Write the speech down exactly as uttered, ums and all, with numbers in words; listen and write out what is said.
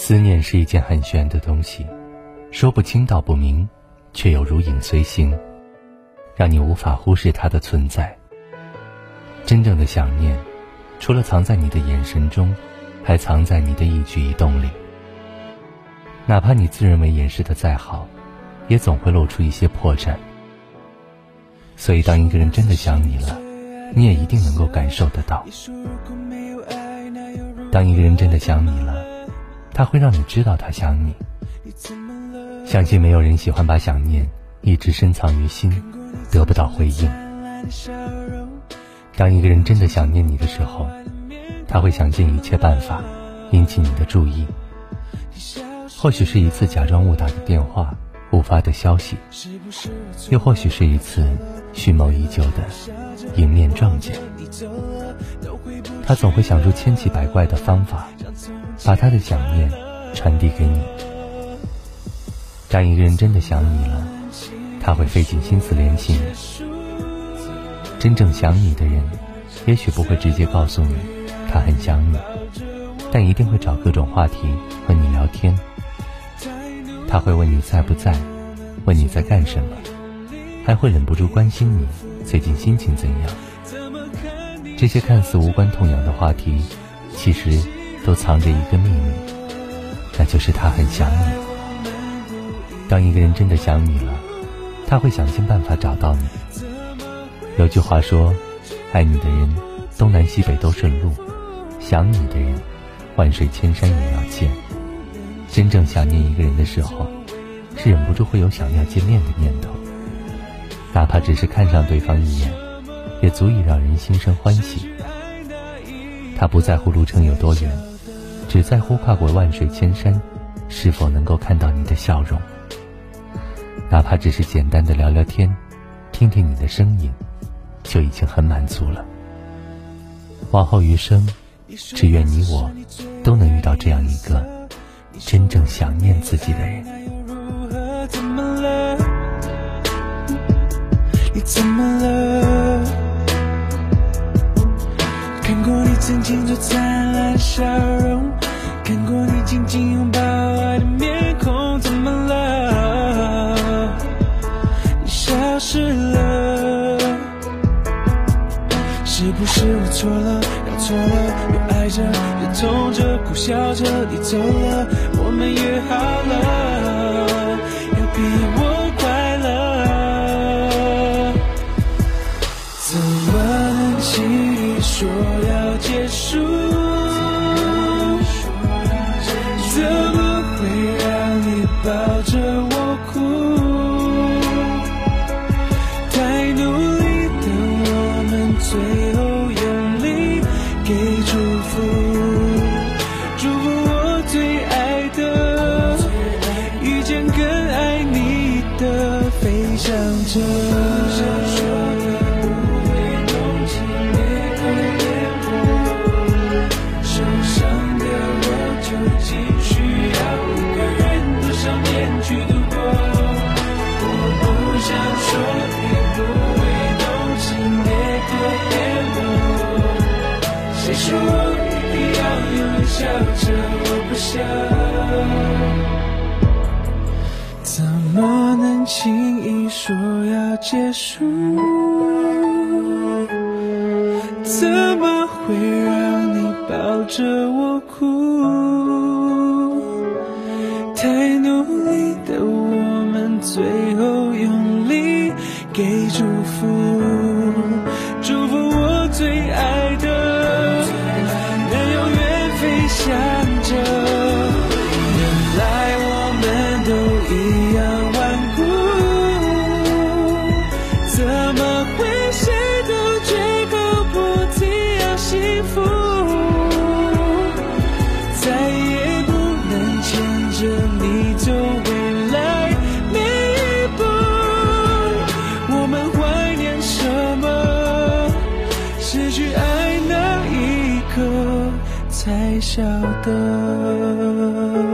思念是一件很玄的东西，说不清道不明，却又如影随形，让你无法忽视它的存在。真正的想念，除了藏在你的眼神中，还藏在你的一举一动里。哪怕你自认为掩饰的再好，也总会露出一些破绽。所以当一个人真的想你了，你也一定能够感受得到。当一个人真的想你了，他会让你知道他想你。相信没有人喜欢把想念一直深藏于心，得不到回应。当一个人真的想念你的时候，他会想尽一切办法引起你的注意。或许是一次假装误打的电话，误发的消息，又或许是一次蓄谋已久的迎面撞见。他总会想出千奇百怪的方法，把他的想念传递给你。当一个人真的想你了，他会费尽心思联系你。真正想你的人，也许不会直接告诉你他很想你，但一定会找各种话题和你聊天。他会问你在不在，问你在干什么，还会忍不住关心你最近心情怎样。这些看似无关痛痒的话题，其实都藏着一个秘密，那就是他很想你。当一个人真的想你了，他会想尽办法找到你。有句话说，爱你的人东南西北都顺路，想你的人万水千山也要见。真正想念一个人的时候，是忍不住会有想要见面的念头，哪怕只是看上对方一眼，也足以让人心生欢喜。他不在乎路程有多远，只在乎跨过万水千山，是否能够看到你的笑容。哪怕只是简单的聊聊天，听听你的声音，就已经很满足了。往后余生，只愿你我都能遇到这样一个真正想念自己的人。 你怎么了？看过你曾经最灿烂笑容，看过你紧紧拥抱爱的面孔，怎么了？你消失了，是不是我错了？搞错了，又爱着，又痛着，苦笑着，你走了，我们约好了，要比我快乐。怎么能轻易说要结束？怎么会让你抱着我哭？太努力的我们，最后用力给祝福，祝福我最爱的，遇见更爱你的，飞翔着。谁说我一定要永远笑着？我不想。怎么能轻易说要结束？怎么会让你抱着我哭？太努力的我们，最后用力给祝福，祝福我最爱的。想着，原来我们都一样顽固，怎么会谁都绝口不提要幸福？再也不能牵着你走未来每一步，我们怀念什么？失去爱那一刻才晓得。